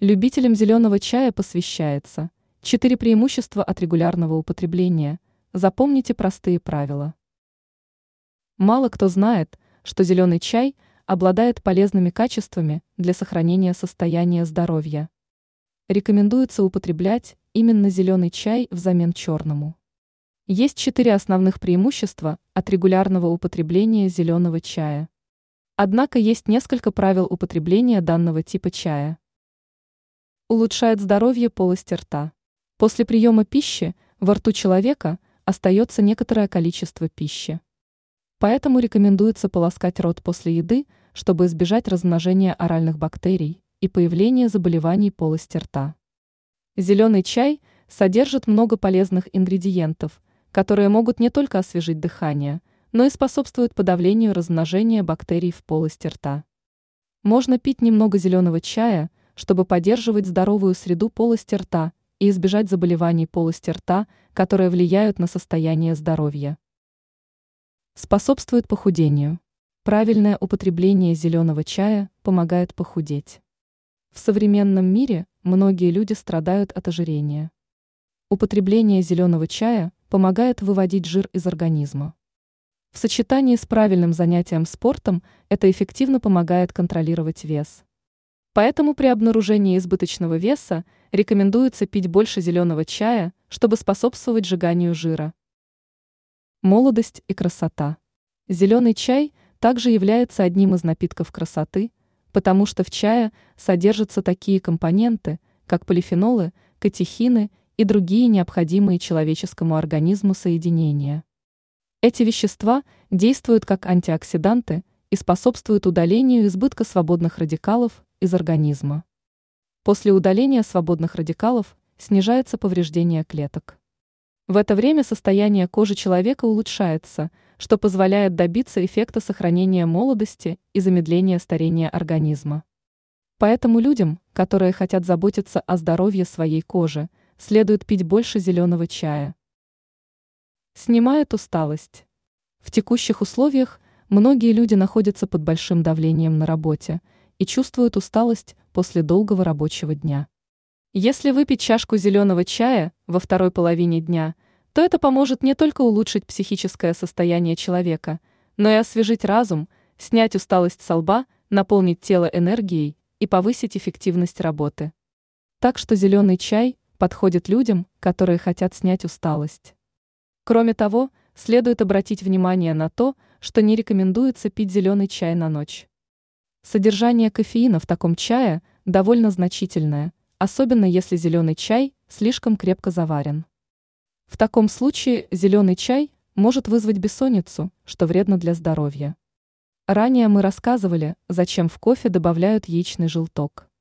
Любителям зеленого чая посвящается 4 преимущества от регулярного употребления. Запомните простые правила. Мало кто знает, что зеленый чай обладает полезными качествами для сохранения состояния здоровья. Рекомендуется употреблять именно зеленый чай взамен черному. Есть 4 основных преимущества от регулярного употребления зеленого чая. Однако есть несколько правил употребления данного типа чая. Улучшает здоровье полости рта. После приема пищи во рту человека остается некоторое количество пищи. Поэтому рекомендуется полоскать рот после еды, чтобы избежать размножения оральных бактерий и появления заболеваний полости рта. Зеленый чай содержит много полезных ингредиентов, которые могут не только освежить дыхание, но и способствуют подавлению размножения бактерий в полости рта. Можно пить немного зеленого чая, чтобы поддерживать здоровую среду полости рта и избежать заболеваний полости рта, которые влияют на состояние здоровья. Способствует похудению. Правильное употребление зеленого чая помогает похудеть. В современном мире многие люди страдают от ожирения. Употребление зеленого чая помогает выводить жир из организма. В сочетании с правильным занятием спортом это эффективно помогает контролировать вес. Поэтому при обнаружении избыточного веса рекомендуется пить больше зеленого чая, чтобы способствовать сжиганию жира. Молодость и красота. Зеленый чай также является одним из напитков красоты, потому что в чае содержатся такие компоненты, как полифенолы, катехины и другие необходимые человеческому организму соединения. Эти вещества действуют как антиоксиданты и способствуют удалению избытка свободных радикалов из организма. После удаления свободных радикалов снижается повреждение клеток. В это время состояние кожи человека улучшается, что позволяет добиться эффекта сохранения молодости и замедления старения организма. Поэтому людям, которые хотят заботиться о здоровье своей кожи, следует пить больше зеленого чая. Снимает усталость. В текущих условиях многие люди находятся под большим давлением на работе и чувствуют усталость после долгого рабочего дня. Если выпить чашку зеленого чая во второй половине дня, то это поможет не только улучшить психическое состояние человека, но и освежить разум, снять усталость со лба, наполнить тело энергией и повысить эффективность работы. Так что зеленый чай подходит людям, которые хотят снять усталость. Кроме того, следует обратить внимание на то, что не рекомендуется пить зеленый чай на ночь. Содержание кофеина в таком чае довольно значительное, особенно если зеленый чай слишком крепко заварен. В таком случае зеленый чай может вызвать бессонницу, что вредно для здоровья. Ранее мы рассказывали, зачем в кофе добавляют яичный желток.